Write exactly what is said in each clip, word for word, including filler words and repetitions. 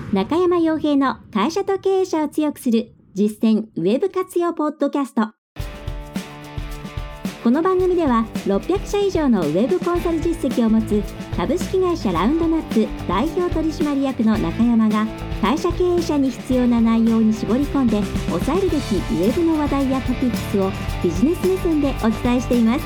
中山洋平の会社と経営者を強くする実践ウェブ活用ポッドキャスト。この番組ではろっぴゃくしゃ以上のウェブコンサル実績を持つ株式会社ラウンドナップ代表取締役の中山が会社経営者に必要な内容に絞り込んで押さえるべきウェブの話題やトピックスをビジネス目線でお伝えしています。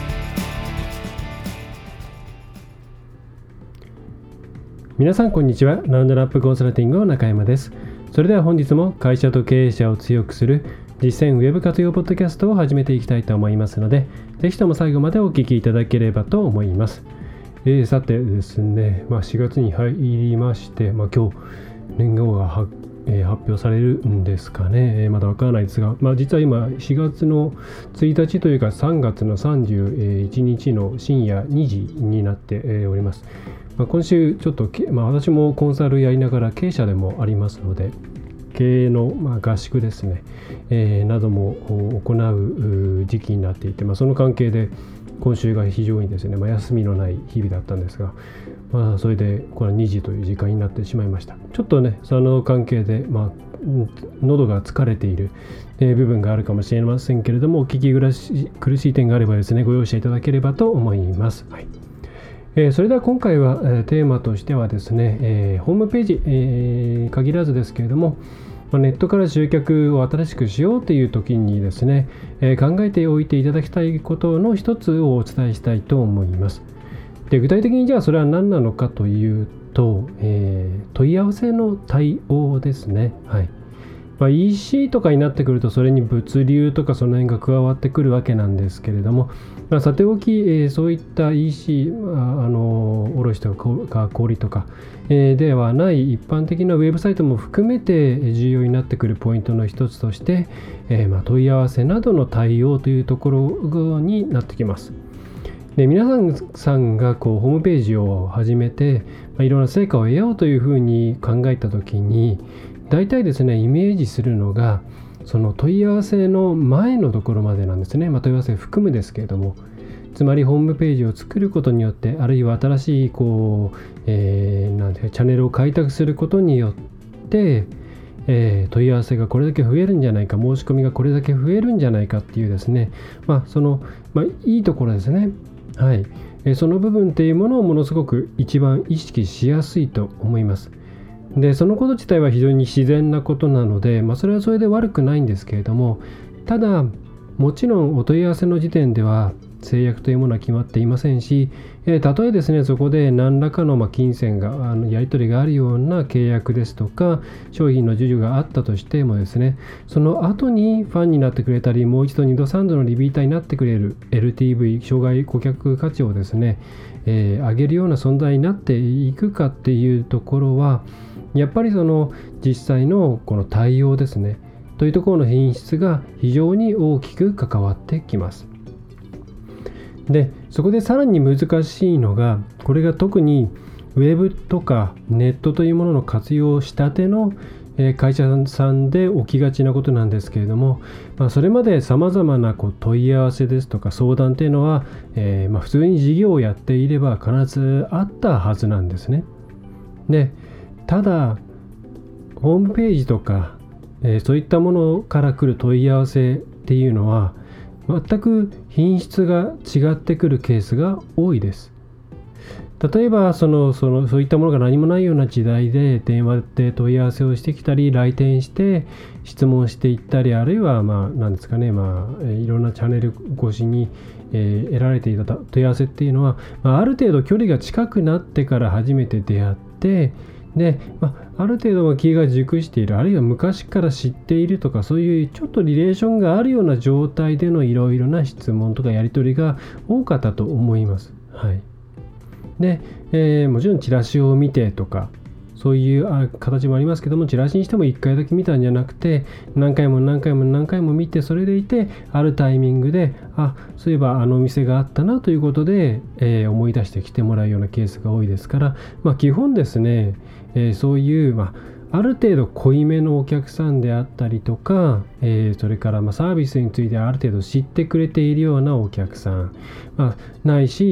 皆さんこんにちは。ラウンドナップコンサルティングの中山です。それでは本日も会社と経営者を強くする実践ウェブ活用ポッドキャストを始めていきたいと思いますので、ぜひとも最後までお聞きいただければと思います。えー、さてですね、まあ、しがつに入りまして、まあ、今日年号がは、えー、発表されるんですかね、えー、まだわからないですが、まあ、実は今しがつのついたちというかさんがつのさんじゅういちにちの深夜にじになっております。まあ、今週ちょっと、まあ、私もコンサルやりながら経営者でもありますので、経営のまあ合宿ですね、えー、なども行う時期になっていて、まあ、その関係で今週が非常にですね、まあ、休みのない日々だったんですが、まあ、それでこのにじという時間になってしまいました。ちょっとね、その関係で、まあ、喉が疲れている部分があるかもしれませんけれども、お聞き苦しい点があればですね、ご容赦いただければと思います。はい。えー、それでは今回は、えー、テーマとしてはですね、えー、ホームページ、えー、限らずですけれども、まあ、ネットから集客を新しくしようという時にですね、えー、考えておいていただきたいことの一つをお伝えしたいと思います。で、具体的にじゃあそれは何なのかというと、えー、問い合わせの対応ですね。はい。まあ、イーシー とかになってくるとそれに物流とかその辺が加わってくるわけなんですけれども、まあ、さておき、えー、そういった イーシー、まあ、あの卸とか小売とか、えー、ではない一般的なウェブサイトも含めて重要になってくるポイントの一つとして、えーまあ、問い合わせなどの対応というところになってきます。で、皆さんさんがこうホームページを始めて、まあ、いろんな成果を得ようというふうに考えたときに、大体ですね、イメージするのがその問い合わせの前のところまでなんですね。まあ、問い合わせ含むですけれども、つまりホームページを作ることによって、あるいは新しいこう、えー、なんていうかチャンネルを開拓することによって、えー、問い合わせがこれだけ増えるんじゃないか、申し込みがこれだけ増えるんじゃないかっていうですね、まあその、まあ、いいところですね。はい、えー、その部分っていうものをものすごく一番意識しやすいと思います。で、そのこと自体は非常に自然なことなので、まあ、それはそれで悪くないんですけれども、ただもちろんお問い合わせの時点では制約というものは決まっていませんし、えー、たとえですね、そこで何らかのまあ金銭があのやり取りがあるような契約ですとか商品の授受があったとしてもですね、その後にファンになってくれたり、もう一度二度三度のリピーターになってくれる エルティーブイ 生涯顧客価値をですね、えー、上げるような存在になっていくかっていうところは、やっぱりその実際のこの対応ですねというところの品質が非常に大きく関わってきます。で、そこでさらに難しいのが、これが特にウェブとかネットというものの活用したての会社さんで起きがちなことなんですけれども、まあ、それまでさまざまなこう問い合わせですとか相談というのは、えー、まあ普通に事業をやっていれば必ずあったはずなんですね。で、ただホームページとか、えー、そういったものから来る問い合わせっていうのは全く品質が違ってくるケースが多いです。例えばそのそのそういったものが何もないような時代で電話で問い合わせをしてきたり、来店して質問していったり、あるいはまあ何ですかね、まあいろんなチャンネル越しに、えー、得られていた問い合わせっていうのは、まあ、ある程度距離が近くなってから初めて出会って、で、まあ、ある程度は気が熟している、あるいは昔から知っているとか、そういうちょっとリレーションがあるような状態でのいろいろな質問とかやり取りが多かったと思います。はい。で、えー、もちろんチラシを見てとかそういう形もありますけども、チラシにしてもいっかいだけ見たんじゃなくて、何回も何回も何回も見て、それでいてあるタイミングで、あ、そういえばあのお店があったなということで、えー、思い出してきてもらうようなケースが多いですから、まあ、基本ですね、えー、そういう、まあ、ある程度濃いめのお客さんであったりとか、えー、それからまあサービスについてある程度知ってくれているようなお客さん、まあ、ないし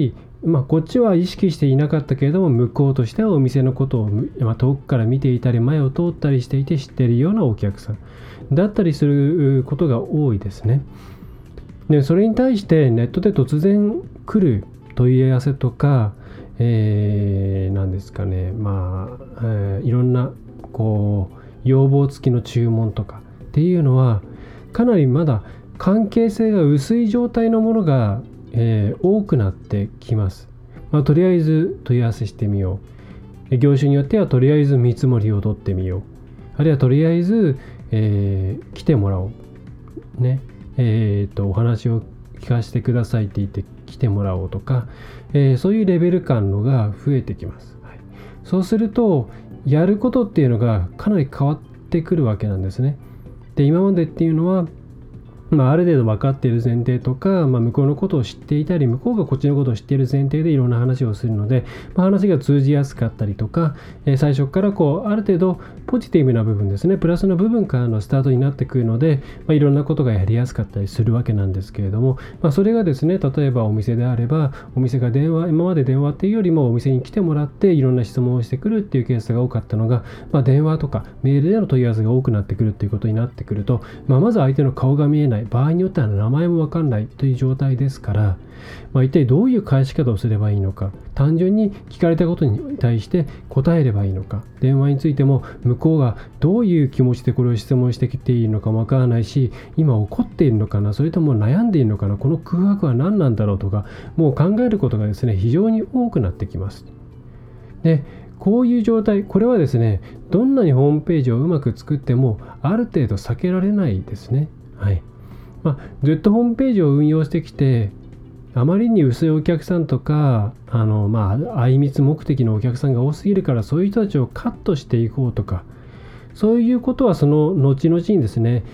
まあ、こっちは意識していなかったけれども、向こうとしてはお店のことを、まあ、遠くから見ていたり前を通ったりしていて知っているようなお客さんだったりすることが多いですね。でそれに対してネットで突然来る問い合わせとか、えー、なんですかね、まあ、えー、いろんなこう要望付きの注文とかっていうのはかなりまだ関係性が薄い状態のものが、えー、多くなってきます。まあ、とりあえず問い合わせしてみよう。業種によってはとりあえず見積もりを取ってみよう。あるいはとりあえず、えー、来てもらおう。ね。えー、とお話を聞かせてくださいって言って来てもらおうとか、えー、そういうレベル感のが増えてきます。はい、そうするとやることっていうのがかなり変わってくるわけなんですね。で今までっていうのは、まあ、ある程度分かっている前提とか、まあ、向こうのことを知っていたり向こうがこっちのことを知っている前提でいろんな話をするので、まあ、話が通じやすかったりとか、えー、最初からこうある程度ポジティブな部分ですね、プラスの部分からのスタートになってくるので、まあ、いろんなことがやりやすかったりするわけなんですけれども、まあ、それがですね、例えばお店であればお店が電話今まで電話っていうよりもお店に来てもらっていろんな質問をしてくるっていうケースが多かったのが、まあ、電話とかメールでの問い合わせが多くなってくるっていうことになってくると、まあ、まず相手の顔が見えない、場合によっては名前も分かんないという状態ですから、まあ、一体どういう返し方をすればいいのか、単純に聞かれたことに対して答えればいいのか、電話についても向こうがどういう気持ちでこれを質問してきているのかも分からないし、今怒っているのかな、それとも悩んでいるのかな、この空白は何なんだろうとか、もう考えることがですね非常に多くなってきます。でこういう状態、これはですねどんなにホームページをうまく作ってもある程度避けられないですね。はい。まあ、ずっとホームページを運用してきてあまりに薄いお客さんとかあの、まあ、相密目的のお客さんが多すぎるからそういう人たちをカットしていこうとか、そういうことはその後々にですね、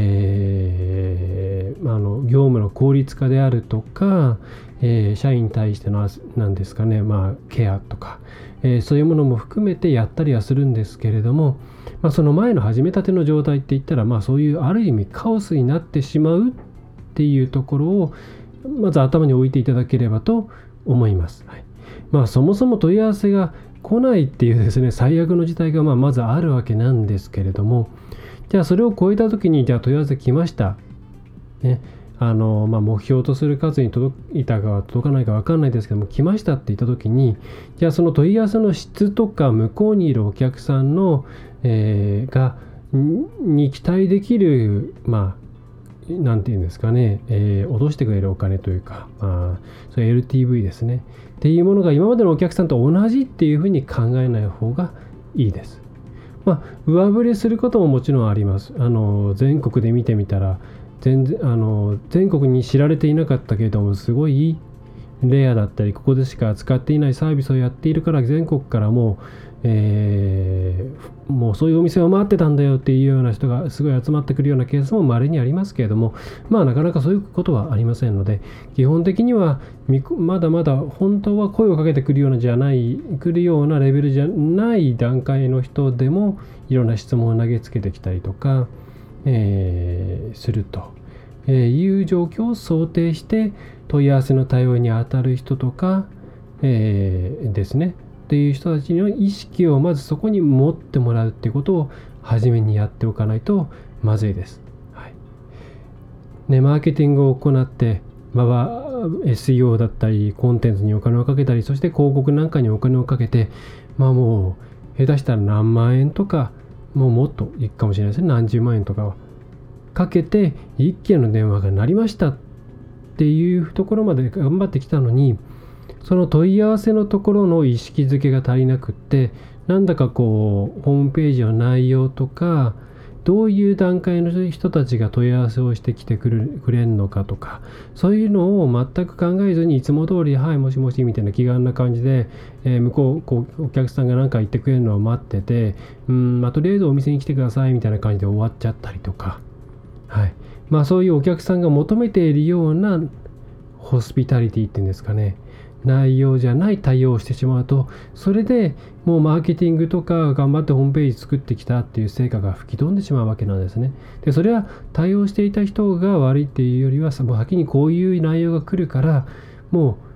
えー、あの業務の効率化であるとか、えー、社員に対しての何ですかね、まあ、ケアとか、えー、そういうものも含めてやったりはするんですけれども、まあ、その前の始めたての状態って言ったら、まあ、そういうある意味カオスになってしまうっていうところをまず頭に置いていただければと思います。はい。まあ、そもそも問い合わせが来ないっていうですね最悪の事態がまあまずあるわけなんですけれども、じゃあそれを超えた時にじゃあ問い合わせ来ました、ね、あのまあ、目標とする数に届いたか届かないか分かんないですけども来ましたって言った時に、じゃあその問い合わせの質とか向こうにいるお客さんの、えー、がに期待できるまあなんていうんですかね、えー、脅してくれるお金というか、まあ、そういう エルティーブイ ですねっていうものが今までのお客さんと同じっていうふうに考えない方がいいです。まあ、上振れすることももちろんあります。あの全国で見てみたら全然あの全国に知られていなかったけれどもすごいレアだったりここでしか扱っていないサービスをやっているから全国からもう、えー、もうそういうお店を回ってたんだよっていうような人がすごい集まってくるようなケースも稀にありますけれども、まあなかなかそういうことはありませんので、基本的にはまだまだ本当は声をかけてくるようなじゃない来るようなレベルじゃない段階の人でもいろんな質問を投げつけてきたりとか、えー、するという状況を想定して問い合わせの対応に当たる人とか、えー、ですねっていう人たちの意識をまずそこに持ってもらうっていうことを初めにやっておかないとまずいです。はいね、マーケティングを行って、まあ、エスイーオー だったりコンテンツにお金をかけたり、そして広告なんかにお金をかけて、まあもう下手したら何万円とかもうもっといくかもしれないですね、何十万円とかはかけて一件の電話が鳴りましたっていうところまで頑張ってきたのに、その問い合わせのところの意識づけが足りなくって、なんだかこうホームページの内容とかどういう段階の人たちが問い合わせをしてきてくれくれるのかとか、そういうのを全く考えずにいつも通りはいもしもしみたいな気軽な感じで、えー、向こう、こうお客さんが何か言ってくれるのを待ってて、うん、まあ、とりあえずお店に来てくださいみたいな感じで終わっちゃったりとか、はい、まあそういうお客さんが求めているようなホスピタリティっていうんですかね、内容じゃない対応をしてしまうと、それでもうマーケティングとか頑張ってホームページ作ってきたっていう成果が吹き飛んでしまうわけなんですね。でそれは対応していた人が悪いっていうよりは、もう先にこういう内容が来るからもう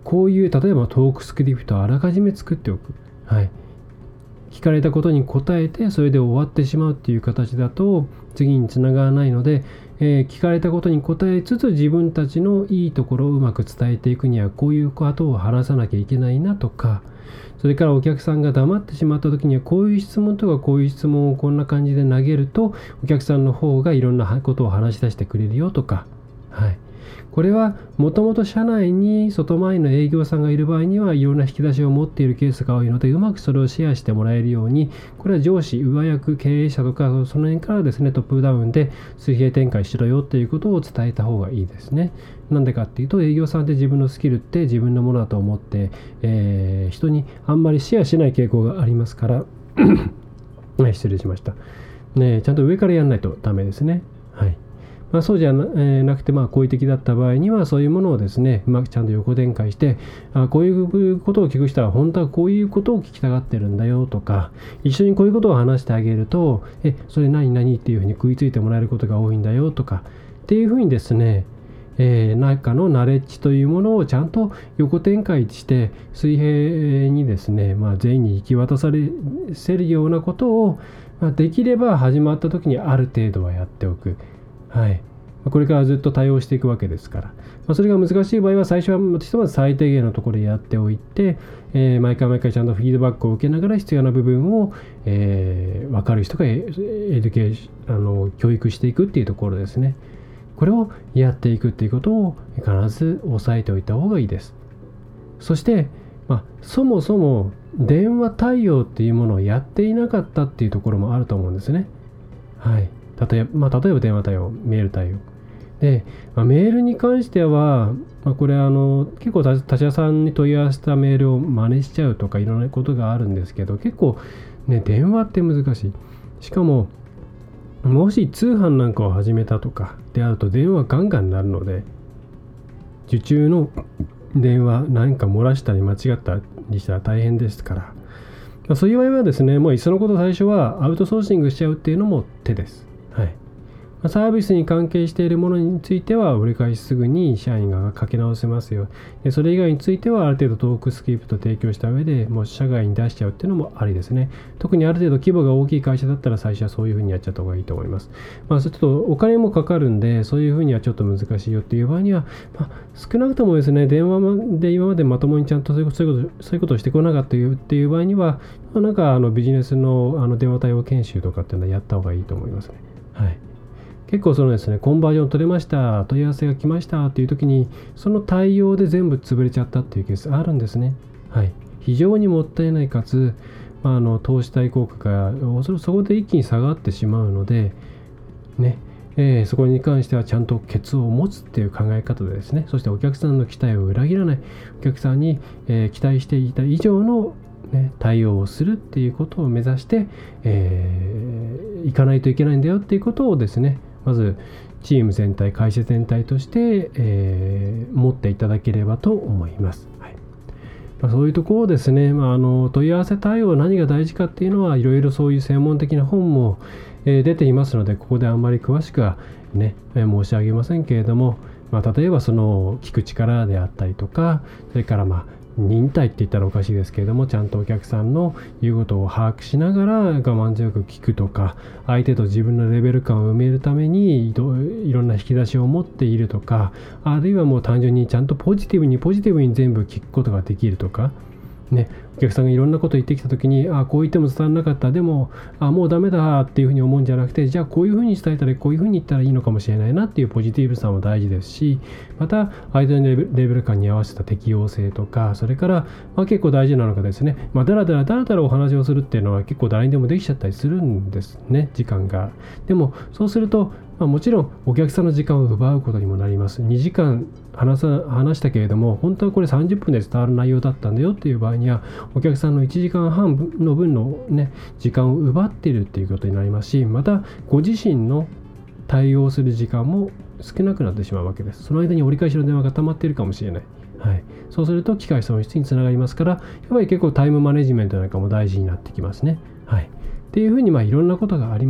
こういう例えばトークスクリプトをあらかじめ作っておく。はい。聞かれたことに答えてそれで終わってしまうっていう形だと次につながらないので、えー、聞かれたことに答えつつ自分たちのいいところをうまく伝えていくにはこういうことを話さなきゃいけないなとか、それからお客さんが黙ってしまった時にはこういう質問とかこういう質問をこんな感じで投げるとお客さんの方がいろんなことを話し出してくれるよとか、はい。これはもともと社内に外回りの営業さんがいる場合にはいろんな引き出しを持っているケースが多いので、うまくそれをシェアしてもらえるように、これは上司、上役、経営者とかその辺からですね、トップダウンで水平展開しろよっていうことを伝えた方がいいですね。なんでかっていうと、営業さんって自分のスキルって自分のものだと思って、えー、人にあんまりシェアしない傾向がありますから失礼しました、ね、ちゃんと上からやらないとダメですね。はい。まあ、そうじゃ な,、えー、なくて、まあ、好意的だった場合にはそういうものをですね、うまくちゃんと横展開して、あこういうことを聞く人は本当はこういうことを聞きたがってるんだよとか、一緒にこういうことを話してあげると、えそれ何何っていうふうに食いついてもらえることが多いんだよとかっていうふうにですね、えー、中のナレッジというものをちゃんと横展開して水平にですね、まあ、全員に行き渡させるようなことを、まあ、できれば始まった時にある程度はやっておく。はい。これからずっと対応していくわけですから、まあ、それが難しい場合は最初はひとまず最低限のところでやっておいて、えー、毎回毎回ちゃんとフィードバックを受けながら必要な部分を、えー、分かる人がエデュケーションあの教育していくっていうところですね。これをやっていくっていうことを必ず押さえておいた方がいいです。そして、まあ、そもそも電話対応っていうものをやっていなかったっていうところもあると思うんですね。はい。例えば、まあ、例えば電話対応、メール対応。で、まあ、メールに関しては、まあ、これあの結構他社さんに問い合わせたメールを真似しちゃうとかいろんなことがあるんですけど、結構ね、電話って難しい。しかも、もし通販なんかを始めたとかであると電話ガンガンになるので、受注の電話なんか漏らしたり間違ったりしたら大変ですから、まあ、そういう場合はですね、もういっそのこと最初はアウトソーシングしちゃうっていうのも手です。はい。サービスに関係しているものについては折り返しすぐに社員がかけ直せますよ。でそれ以外についてはある程度トークスクリプト提供した上でもう社外に出しちゃうっていうのもありですね。特にある程度規模が大きい会社だったら最初はそういうふうにやっちゃった方がいいと思います。まあちょっとお金もかかるんでそういうふうにはちょっと難しいよっていう場合には、まあ、少なくともですね、電話で今までまともにちゃんとそういうこと、そういうこと、そういうことをしてこなかったっていう場合には、まあ、なんかあのビジネスの、あの電話対応研修とかっていうのはやった方がいいと思いますね。はい。結構そのですね、コンバージョン取れました、問い合わせが来ましたっていう時に、その対応で全部潰れちゃったっていうケースあるんですね。はい。非常にもったいないかつ、まあ、あの投資対効果がそこで一気に下がってしまうので、ね、えー、そこに関してはちゃんとケツを持つっていう考え方でですね、そしてお客さんの期待を裏切らない、お客さんに、えー、期待していた以上のね、対応をするっていうことを目指して、えー、いかないといけないんだよっていうことをですね、まずチーム全体、会社全体として、えー、持っていただければと思います。はい。まあ、そういうところをですね、まあ、あの問い合わせ対応何が大事かっていうのはいろいろそういう専門的な本も、えー、出ていますので、ここであんまり詳しくはね、えー、申し上げませんけれども、まあ、例えばその聞く力であったりとか、それからまあ忍耐って言ったらおかしいですけれども、ちゃんとお客さんの言うことを把握しながら我慢強く聞くとか、相手と自分のレベル感を埋めるためにいろんな引き出しを持っているとか、あるいはもう単純にちゃんとポジティブにポジティブに全部聞くことができるとかね、お客さんがいろんなこと言ってきたときに、あこう言っても伝わらなかった、でもあもうダメだっていうふうに思うんじゃなくて、じゃあこういうふうに伝えたらこういうふうに言ったらいいのかもしれないなっていうポジティブさも大事ですし、また相手のレベル感に合わせた適応性とか、それから、まあ、結構大事なのがですね、まあ、だらだらだらだらお話をするっていうのは結構誰にでもできちゃったりするんですね、時間が。でもそうすると、まあ、もちろんお客さんの時間を奪うことにもなります。にじかん話さ話したけれども、本当はこれさんじゅっぷんで伝わる内容だったんだよっていう場合には、お客さんのいちじかんはんの分の、ね、時間を奪っているっていうことになりますし、またご自身の対応する時間も少なくなってしまうわけです。その間に折り返しの電話が溜まっているかもしれない。はい、そうすると機会損失につながりますから、やっぱり結構タイムマネジメントなんかも大事になってきますね。はい、っていうふうにまあいろんなことがあります。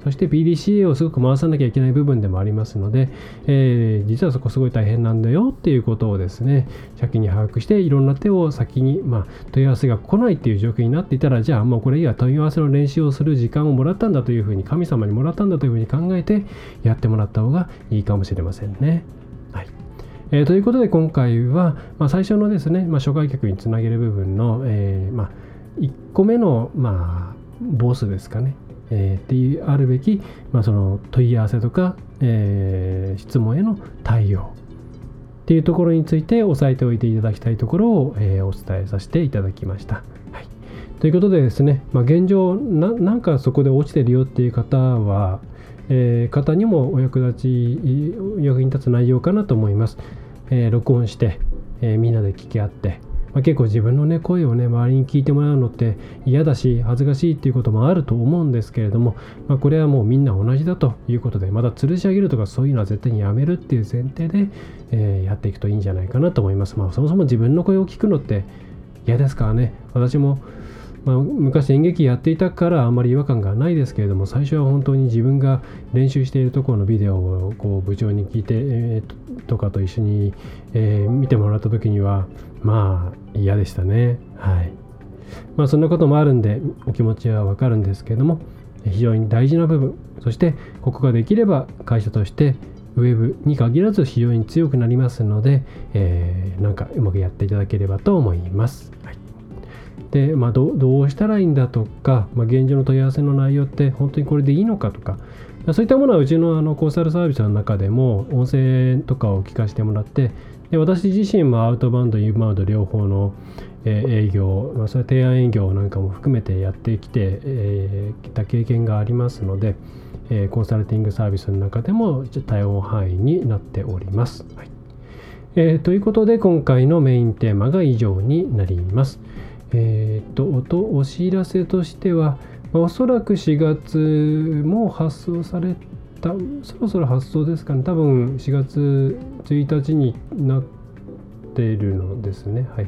そして ピーディーシーエー をすごく回さなきゃいけない部分でもありますので、えー、実はそこすごい大変なんだよっていうことをですね、先に把握して、いろんな手を先に、まあ、問い合わせが来ないっていう状況になっていたら、じゃあもうこれいいや、問い合わせの練習をする時間をもらったんだというふうに、神様にもらったんだというふうに考えてやってもらった方がいいかもしれませんね。はい。えー、ということで今回は、まあ、最初のですね、まあ、初回客につなげる部分の、えーまあ、いっこめの、まあ、ボスですかね、えー、っていうあるべき、まあ、その問い合わせとか、えー、質問への対応っていうところについて押さえておいていただきたいところを、えー、お伝えさせていただきました。はい、ということでですね、まあ、現状な、なんかそこで落ちてるよっていう方は、えー、方にもお役立ち役に立つ内容かなと思います。えー、録音して、えー、みんなで聞き合って、まあ、結構自分のね声をね周りに聞いてもらうのって嫌だし恥ずかしいっていうこともあると思うんですけれども、まあ、これはもうみんな同じだということで、また吊るし上げるとかそういうのは絶対にやめるっていう前提で、えー、やっていくといいんじゃないかなと思います。まあ、そもそも自分の声を聞くのって嫌ですからね。私もまあ、昔演劇やっていたからあんまり違和感がないですけれども、最初は本当に自分が練習しているところのビデオをこう部長に聞いて、えー、とかと一緒に、えー、見てもらった時にはまあ嫌でしたね。はい。まあそんなこともあるんでお気持ちはわかるんですけれども、非常に大事な部分、そしてここができれば会社としてウェブに限らず非常に強くなりますので、えー、なんかうまくやっていただければと思います。はい。でまあ、ど, どうしたらいいんだとか、まあ、現状の問い合わせの内容って本当にこれでいいのかとか、そういったものはうち の, あのコンサルサービスの中でも音声とかを聞かせてもらって、で私自身もアウトバウンド、インバウンド両方の、えー、営業、まあ、それは提案営業なんかも含めてやってきて、えー、きた経験がありますので、えー、コンサルティングサービスの中でも対応範囲になっております。はい。えー、ということで今回のメインテーマが以上になります。えー、と音お知らせとしては、まあ、おそらくしがつも発送された、そろそろ発送ですかね。多分しがつついたちになっているのですね。はい。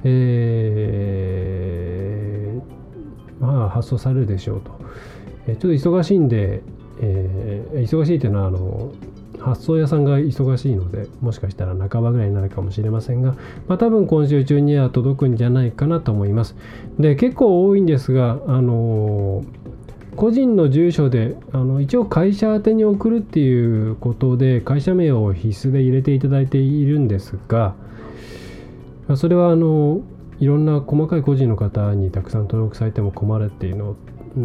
えー、まあ発送されるでしょうと。えー、ちょっと忙しいんで、えー、忙しいというのはあの発送屋さんが忙しいので、もしかしたら半ばぐらいになるかもしれませんが、まあ、多分今週中には届くんじゃないかなと思います。で、結構多いんですが、あのー、個人の住所であの一応会社宛てに送るっていうことで会社名を必須で入れていただいているんですが、それはあのいろんな細かい個人の方にたくさん登録されても困るっていうの、うん、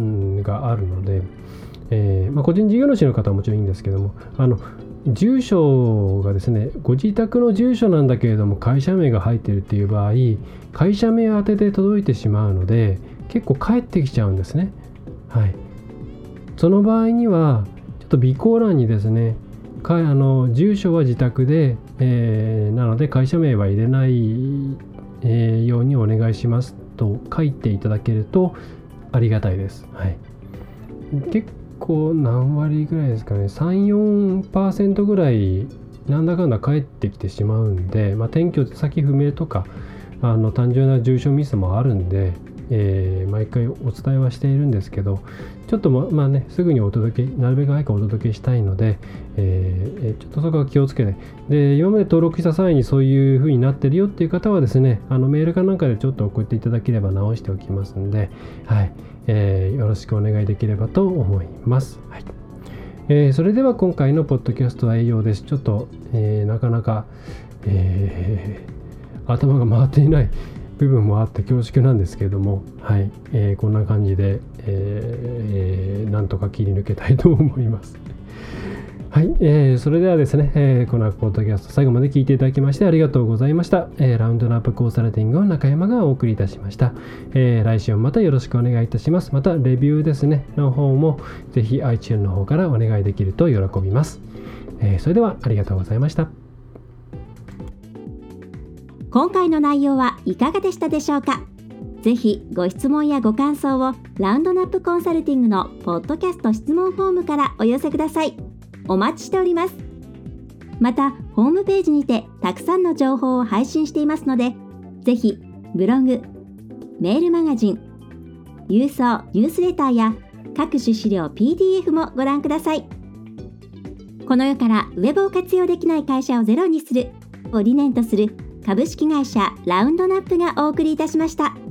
があるので、えーまあ、個人事業主の方はもちろんいいんですけども、あの住所がですね、ご自宅の住所なんだけれども会社名が入っているっていう場合、会社名宛てで届いてしまうので結構返ってきちゃうんですね。はい。その場合にはちょっと備考欄にですね、かあの住所は自宅で、えー、なので会社名は入れない、えー、ようにお願いしますと書いていただけるとありがたいです。はい。結構何割ぐらいですかね、さん、よんパーセント ぐらいなんだかんだ返ってきてしまうんで、まあ、転居先不明とかあの単純な住所ミスもあるんで、えー、毎回お伝えはしているんですけど、ちょっとま、まあね、すぐにお届け、なるべく早くお届けしたいので、えー、ちょっとそこは気をつけて、で、今まで登録した際にそういう風になってるよっていう方はですね、あのメールかなんかでちょっと送っていただければ直しておきますんで、はい、えー、よろしくお願いできればと思います。はい。えー、それでは今回のポッドキャストは以上です。ちょっと、えー、なかなか、えー、頭が回っていない部分もあって恐縮なんですけれども、はい、えー、こんな感じで、えー、なんとか切り抜けたいと思います。はい、えー、それではですね、えー、このポッドキャスト最後まで聞いていただきましてありがとうございました。えー、ラウンドナップコンサルティングを中山がお送りいたしました。えー、来週もまたよろしくお願いいたします。またレビューですねの方もぜひ iTunes の方からお願いできると喜びます。えー、それではありがとうございました。 今回の内容はいかがでしたでしょうか。ぜひご質問やご感想をラウンドナップコンサルティングのポッドキャスト質問フォームからお寄せください。お待ちしております。またホームページにてたくさんの情報を配信していますので、ぜひブログ、メールマガジン、郵送ニュースレターや各種資料 ピーディーエフ もご覧ください。この世からウェブを活用できない会社をゼロにするを理念とする株式会社ラウンドナップがお送りいたしました。